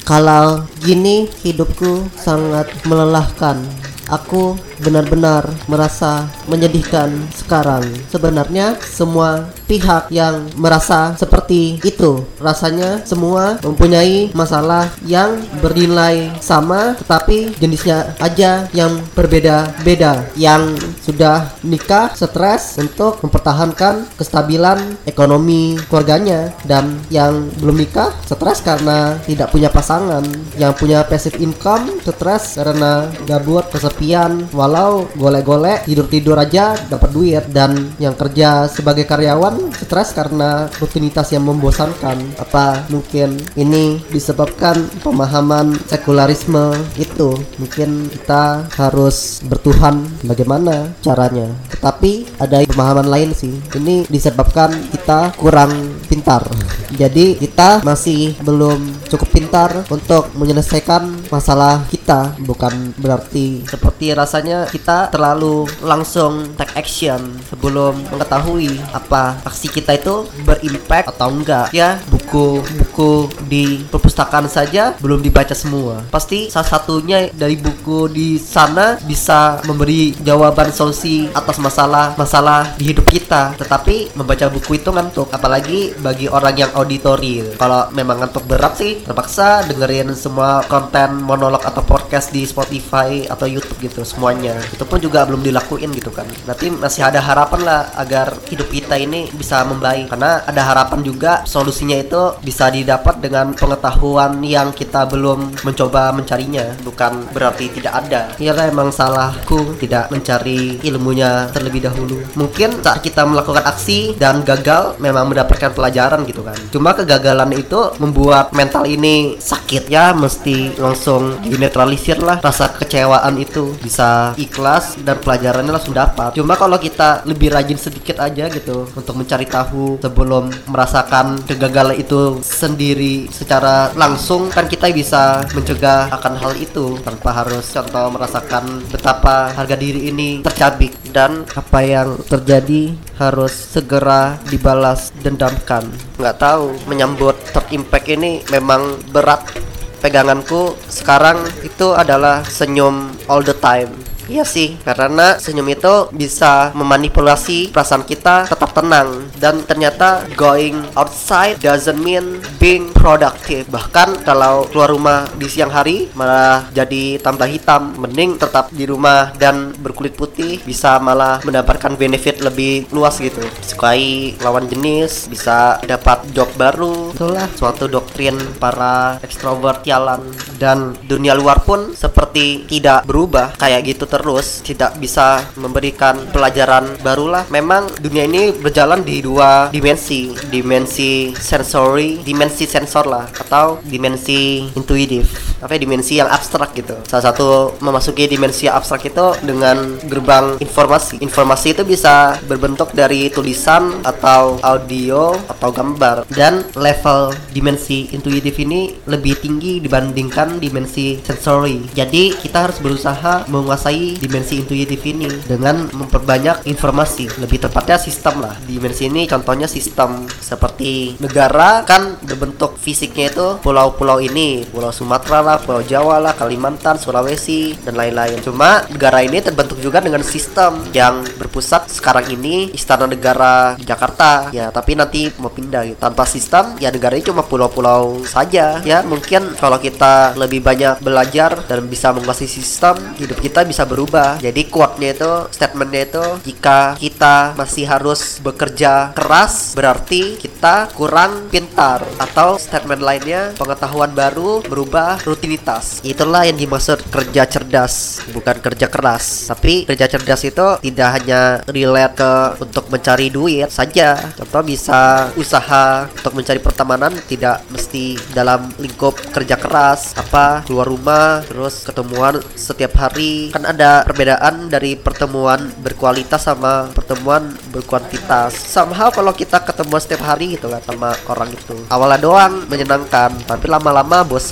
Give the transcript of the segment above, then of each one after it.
Kalau gini hidupku sangat melelahkan. Aku benar-benar merasa menyedihkan sekarang. Sebenarnya semua pihak yang merasa seperti itu, rasanya semua mempunyai masalah yang bernilai sama, tetapi jenisnya aja yang berbeda-beda. Yang sudah nikah stres untuk mempertahankan kestabilan ekonomi keluarganya, dan yang belum nikah stres karena tidak punya pasangan. Yang punya passive income stres karena gabut, kesepian, walau golek-golek tidur-tidur aja dapat duit. Dan yang kerja sebagai karyawan stres karena rutinitas yang membosankan. Apa mungkin ini disebabkan pemahaman sekularisme itu? Mungkin kita harus bertuhan, bagaimana caranya? Tetapi ada pemahaman lain sih. Ini disebabkan kita kurang pintar. Jadi kita masih belum cukup pintar untuk menyelesaikan masalah kita. Bukan berarti seperti rasanya kita terlalu langsung take action sebelum mengetahui apa aksi kita itu berimpact atau enggak. Ya, buku-buku di perpustakaan saja belum dibaca semua. Pasti salah satunya dari buku di sana bisa memberi jawaban solusi atas masalah di hidup kita. Tetapi membaca buku itu ngantuk, apalagi bagi orang yang auditori. Kalau memang ngantuk berat sih, terpaksa dengerin semua konten monolog atau podcast di Spotify atau YouTube gitu semuanya. Itu pun juga belum dilakuin gitu kan. Nanti masih ada harapan lah agar hidup kita ini bisa membaik, karena ada harapan juga solusinya itu bisa didapat dengan pengetahuan yang kita belum mencoba mencarinya. Bukan berarti tidak ada. Ya emang salahku tidak mencari ilmunya terlebih dahulu. Mungkin saat kita melakukan aksi dan gagal memang mendapatkan pelajaran gitu kan. Cuma kegagalan itu membuat mental ini sakit, ya mesti langsung dinetralisir lah rasa kecewaan itu, bisa ikhlas dan pelajarannya langsung dapat. Cuma kalau kita lebih rajin sedikit aja gitu untuk mencari tahu sebelum merasakan kegagalan itu sendiri secara langsung, kan kita bisa mencegah akan hal itu tanpa harus contoh merasakan betapa harga diri ini tercabik dan apa yang terjadi harus segera dibalas dendamkan. Nggak tahu, menyambut third impact ini memang berat. Peganganku sekarang itu adalah senyum all the time. Iya sih, karena senyum itu bisa memanipulasi perasaan kita tetap tenang. Dan ternyata going outside doesn't mean being productive. Bahkan kalau keluar rumah di siang hari malah jadi tambah hitam. Mending tetap di rumah dan berkulit putih, bisa malah mendapatkan benefit lebih luas gitu. Sukai lawan jenis, bisa dapat job baru. Itulah suatu doktrin para ekstrovert jalan. Dan dunia luar pun seperti tidak berubah kayak gitu terus, tidak bisa memberikan pelajaran barulah. Memang dunia ini berjalan di dua dimensi, dimensi sensori, dimensi sensor lah, atau dimensi intuitif, dimensi yang abstrak gitu. Salah satu memasuki dimensi abstrak itu dengan gerbang informasi. Informasi itu bisa berbentuk dari tulisan atau audio atau gambar, dan level dimensi intuitif ini lebih tinggi dibandingkan dimensi sensori. Jadi kita harus berusaha menguasai dimensi intuitif ini dengan memperbanyak informasi, lebih tepatnya sistem lah. Dimensi ini contohnya sistem seperti negara kan berbentuk fisiknya itu pulau-pulau ini, Pulau Sumatera lah, Pulau Jawa lah, Kalimantan, Sulawesi dan lain-lain. Cuma negara ini terbentuk juga dengan sistem yang berpusat sekarang ini Istana Negara di Jakarta ya, tapi nanti mau pindah gitu. Tanpa sistem ya negara ini cuma pulau-pulau saja ya. Mungkin kalau kita lebih banyak belajar dan bisa menguasai sistem, hidup kita bisa berubah. Jadi quote-nya itu, statement-nya itu, jika kita masih harus bekerja keras berarti kita kurang pintar. Atau statement lainnya, pengetahuan baru berubah rutinitas. Itulah yang dimaksud kerja cerdas, bukan kerja keras. Tapi kerja cerdas itu tidak hanya relate ke untuk mencari duit saja. Contoh bisa usaha untuk mencari pertemanan, tidak mesti dalam lingkup kerja keras. Keluar rumah terus ketemuan setiap hari. Kan ada perbedaan dari pertemuan berkualitas sama pertemuan berkuantitas. Somehow kalau kita ketemu setiap hari gitu kan sama orang itu, awalnya doang menyenangkan, tapi lama-lama bosan,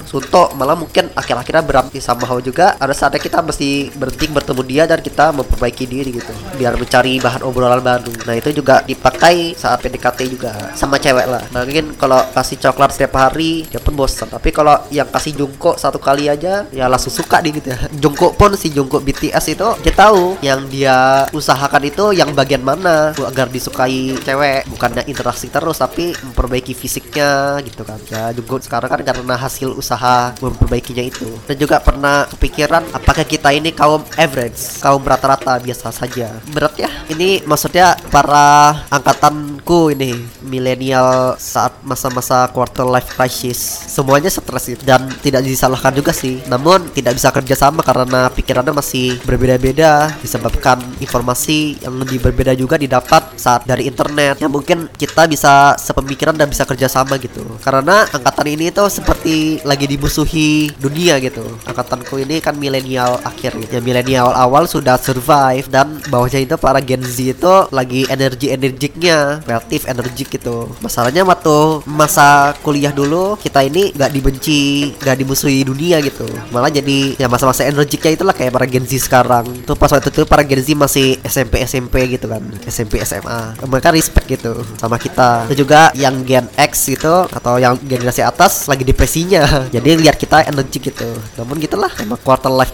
suntuk, malah mungkin akhir-akhirnya berhenti sama Hao juga. Ada saatnya kita mesti berhenti bertemu dia dan kita memperbaiki diri gitu, biar mencari bahan obrolan baru. Nah itu juga dipakai saat PDKT juga sama cewek lah. Mungkin kalau kasih coklat setiap hari dia pun bosan, tapi kalau yang kasih jungkook satu kali aja ya langsung suka dia gitu ya. Jungkook pun, si Jungkook BTS itu dia tahu yang dia usahakan itu yang bagian mana agar disukai cewek, bukannya interaksi terus tapi memperbaiki fisiknya gitu kan. Ya Jungkook sekarang kan karena hasil usaha memperbaikinya itu. Dan juga pernah kepikiran apakah kita ini kaum average, kaum rata-rata biasa saja. Berat ya. Ini maksudnya para angkatanku ini, milenial saat masa-masa quarter life crisis, semuanya stres gitu. Dan tidak disalahkan juga sih. Namun tidak bisa kerjasama karena pikirannya masih berbeda-beda, disebabkan informasi yang lebih berbeda juga didapat saat dari internet. Ya mungkin kita bisa sepemikiran dan bisa kerjasama gitu. Karena angkatan ini tuh seperti lagi dimusuhi dunia gitu. Angkatanku ini kan milenial akhir gitu. Ya milenial awal sudah survive, dan bawahnya itu para Gen Z itu lagi energiknya, kreatif, energik gitu. Masalahnya waktu masa kuliah dulu kita ini gak dibenci, gak dimusuhi dunia gitu. Malah jadi ya masa-masa energiknya itulah kayak para Gen Z sekarang. Tuh pas waktu itu para Gen Z masih SMP gitu kan, SMP SMA. Mereka respect gitu sama kita. Itu juga yang Gen X gitu atau yang generasi atas lagi depresinya. Jadi lihat kita energik gitu. Namun gitulah, emang quarter life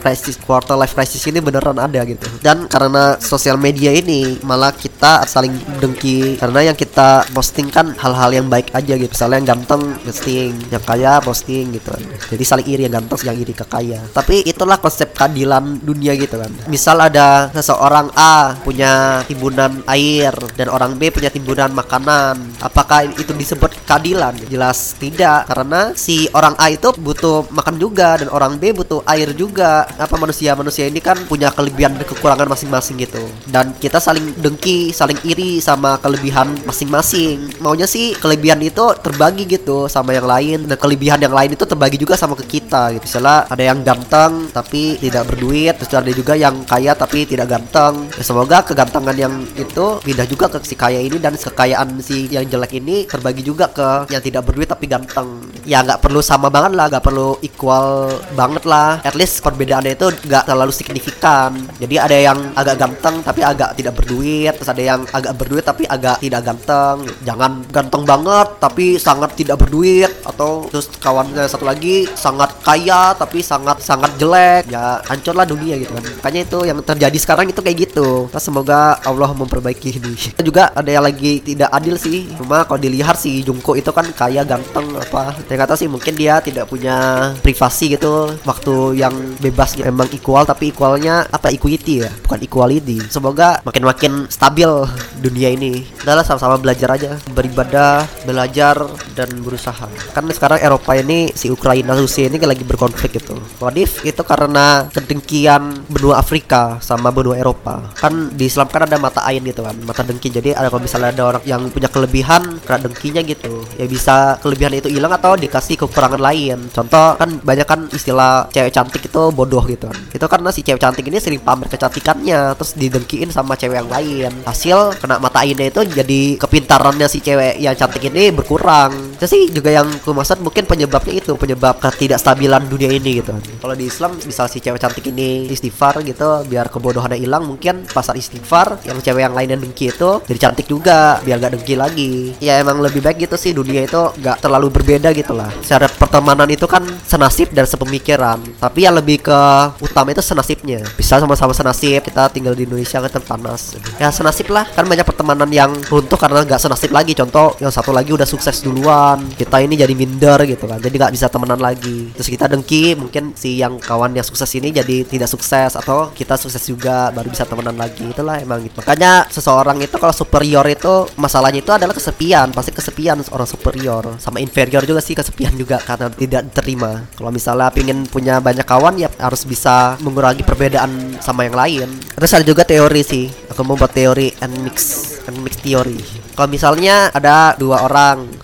crisis ini beneran ada gitu. Dan karena sosial media ini malah kita saling dengki, karena yang kita posting kan hal-hal yang baik aja gitu. Misalnya yang ganteng posting, yang kaya posting gitu kan. Jadi saling iri, yang ganteng yang iri ke kaya. Tapi itulah konsep keadilan dunia gitu kan. Misal ada seseorang A punya timbunan air dan orang B punya timbunan makanan, apakah itu disebut keadilan? Jelas tidak, karena si orang A itu butuh makan juga dan orang B butuh air juga. Apa manusia ini kan punya kelebihan dan kekurangan masing-masing gitu. Dan kita saling dengki, saling iri sama kelebihan masing-masing. Maunya sih kelebihan itu terbagi gitu sama yang lain, dan kelebihan yang lain itu terbagi juga sama ke kita gitu. Misalnya ada yang ganteng tapi tidak berduit, terus ada juga yang kaya tapi tidak ganteng. Ya, semoga kegantengan yang itu pindah juga ke si kaya ini, dan kekayaan si yang jelek ini terbagi juga ke yang tidak berduit tapi ganteng. Ya nggak perlu sama banget lah, nggak perlu equal banget lah. At least perbedaannya itu nggak terlalu signifikan. Jadi ada yang agak ganteng tapi agak tidak berduit, terus ada yang agak berduit tapi agak tidak ganteng. Jangan ganteng banget tapi sangat tidak berduit, atau terus kawannya satu lagi sangat kaya tapi sangat jelek. Ya hancurlah dunia gitu kan. Makanya itu yang terjadi sekarang itu kayak gitu. Nah, semoga Allah memperbaiki ini. Juga ada yang lagi tidak adil sih. Cuma kalau dilihat si Jungkook itu kan kaya, ganteng apa. Ternyata sih mungkin dia tidak punya privasi gitu. Waktu yang bebasnya emang equal, tapi equalnya apa, equity ya, bukan equality. Semoga makin stabil dunia ini. Adalah sama-sama belajar aja, beribadah, belajar dan berusaha. Kan sekarang Eropa ini si Ukraina Rusia ini lagi berkonflik gitu. Wadif itu karena kedengkian benua Afrika sama benua Eropa. Kan di Islam kan ada mata ain gitu kan, mata dengki. Jadi ada, kalau misalnya ada orang yang punya kelebihan kena dengkinya gitu, ya bisa kelebihan itu hilang atau dikasih kekurangan lain. Contoh kan banyak kan istilah cewek cantik itu bodoh gitu kan. Itu karena si cewek cantik ini sering pamer kecantikannya, terus didengkiin sama cewek yang lain. Hasil kena mata ainnya itu jadi kepintarannya si cewek yang cantik ini berkurang. Itu sih juga yang ku maksud, mungkin penyebabnya itu, penyebab ketidakstabilan dunia ini gitu. Kalau di Islam misal si cewek cantik ini istighfar gitu biar kebodohannya hilang, mungkin pasar istighfar yang cewek yang lainnya dengki itu jadi cantik juga biar gak dengki lagi. Ya emang lebih baik gitu sih, dunia itu gak terlalu berbeda gitu lah. Secara pertemanan itu kan senasib dan sepemikiran, tapi yang lebih ke utama itu senasibnya. Bisa sama-sama senasib, kita tinggal di Indonesia kan panas. Ya senasib lah, kan banyak pertemanan yang runtuh karena gak senasib lagi. Contoh yang satu lagi udah sukses duluan, kita ini jadi minder gitu kan, jadi gak bisa temenan lagi. Terus kita dengki, mungkin si yang kawan yang sukses ini jadi tidak sukses, atau kita sukses juga baru bisa temenan lagi. Itulah emang gitu. Makanya seseorang itu kalau superior itu masalahnya itu adalah kesepian. Pasti kesepian orang superior. Sama inferior juga sih kesepian juga karena tidak diterima. Kalau misalnya pingin punya banyak kawan ya harus bisa mengurangi perbedaan sama yang lain. Terus ada juga teori sih, aku mau buat teori and mix theory. Kalau misalnya ada dua orang,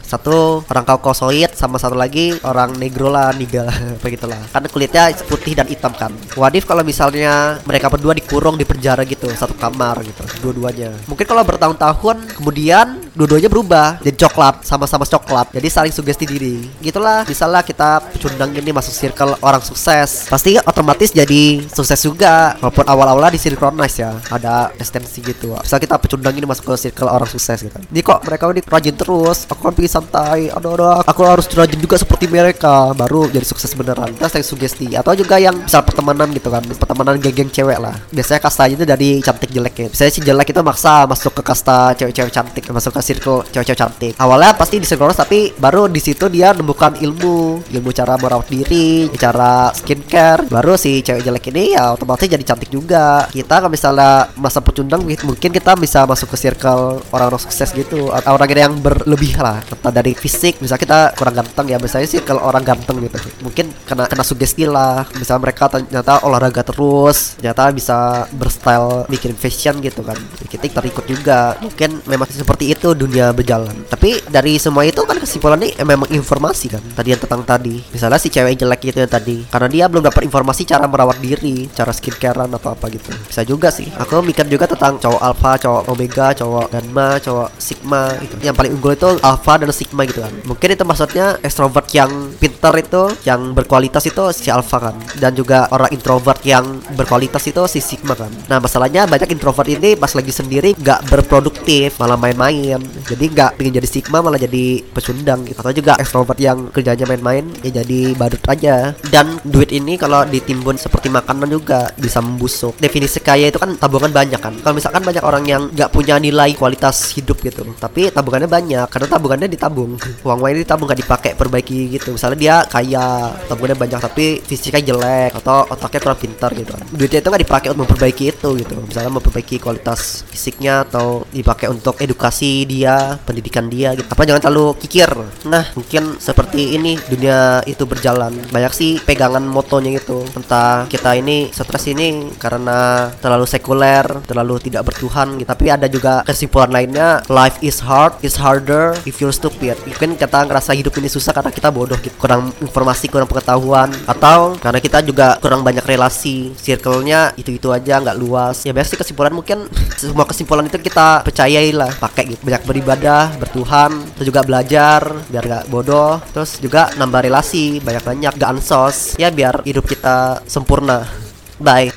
Satu orang Kaukasoid sama satu lagi orang negro lah, niga lah, begitulah. Karena kulitnya putih dan hitam kan. Wadif kalau misalnya mereka berdua dikurung di penjara gitu, satu kamar gitu, dua-duanya. Mungkin kalau bertahun-tahun kemudian dua-duanya berubah jadi coklat, sama-sama coklat. Jadi saling sugesti diri. Gitulah, misalnya kita pecundang ini masuk circle orang sukses, pasti otomatis jadi sukses juga. Walaupun awal-awalnya disinkronize ya, ada estensi gitu. Misal kita pecundang ini masuk ke circle orang sukses gitu. Ini kok mereka ini rajin terus, aku kan pilih santai. Aduh, aku harus rajin juga seperti mereka, baru jadi sukses beneran. Terus yang sugesti. Atau juga yang misal pertemanan gitu kan, pertemanan geng-geng cewek lah. Biasanya kastanya itu dari cantik jelek ya. Biasanya si jelek itu maksa masuk ke kasta cewek-cewek cantik, masuk ke circle cewek-cewek cantik. Awalnya pasti disinkronize, tapi baru di situ dia menemukan ilmu cara merawat diri, cara skincare. Baru si cewek jelek ini ya otomatis jadi cantik juga. Kita kalau misalnya masa pecundang mungkin kita bisa masuk ke circle orang-orang sukses gitu, atau orang yang berlebih lah, entah dari fisik. Misalnya kita kurang ganteng ya, misalnya sih kalau orang ganteng gitu, mungkin kena sugesti lah. Misalnya mereka ternyata olahraga terus, ternyata bisa berstyle, bikin fashion gitu kan, kita terikut juga. Mungkin memang seperti itu dunia berjalan. Tapi dari semua itu kan kesimpulannya memang informasi kan, tadi yang tentang tadi. Misalnya si cewek jelek itu yang tadi, karena dia belum dapat informasi cara merawat diri, cara skincarean atau apa gitu. Bisa juga sih. Aku mikir juga tentang cowok alpha, cowok omega, cowok gamma, cowok sigma gitu. Yang paling unggul itu alpha dan sigma gitu kan. Mungkin itu maksudnya extrovert yang pintar itu, yang berkualitas itu si alpha kan. Dan juga orang introvert yang berkualitas itu si sigma kan. Nah masalahnya banyak introvert ini pas lagi sendiri gak berproduktif, malah main-main. Jadi gak pengen jadi sigma, malah jadi pecundang gitu. Atau juga extrovert yang kerjanya main-main, ya jadi badut aja. Dan duit ini kalau ditimbun seperti makanan juga bisa membusuk. Definisi kaya itu kan tabungan banyak kan. Kalau misalkan banyak orang yang gak punya nilai kualitas hidup gitu, tapi tabungannya banyak, karena tabungannya ditabung. Uang ini ditabung, gak dipakai perbaiki gitu. Misalnya dia kaya, tabungannya banyak tapi fisiknya jelek atau otaknya kurang pintar gitu kan. Duitnya itu gak dipakai untuk memperbaiki itu gitu. Misalnya memperbaiki kualitas fisiknya atau dipakai untuk edukasi dia, pendidikan dia gitu. Apa jangan terlalu kikir. Nah mungkin seperti ini dunia itu berjalan. Banyak sih pegangan motonya gitu, entah kita ini stres ini karena terlalu sekuler, terlalu tidak bertuhan gitu. Tapi ada juga kesimpulan lainnya, life is hard, is harder if you're stupid. Mungkin kita ngerasa hidup ini susah karena kita bodoh gitu, kurang informasi, kurang pengetahuan, atau karena kita juga kurang banyak relasi, circle-nya itu-itu aja, nggak luas. Ya biasa sih kesimpulan, mungkin semua kesimpulan itu kita percayai lah, pakai gitu. Banyak beribadah, bertuhan, terus juga belajar biar nggak bodoh, terus juga nambah relasi banyak-banyak, gak ansos ya, biar hidup kita sempurna. Bye.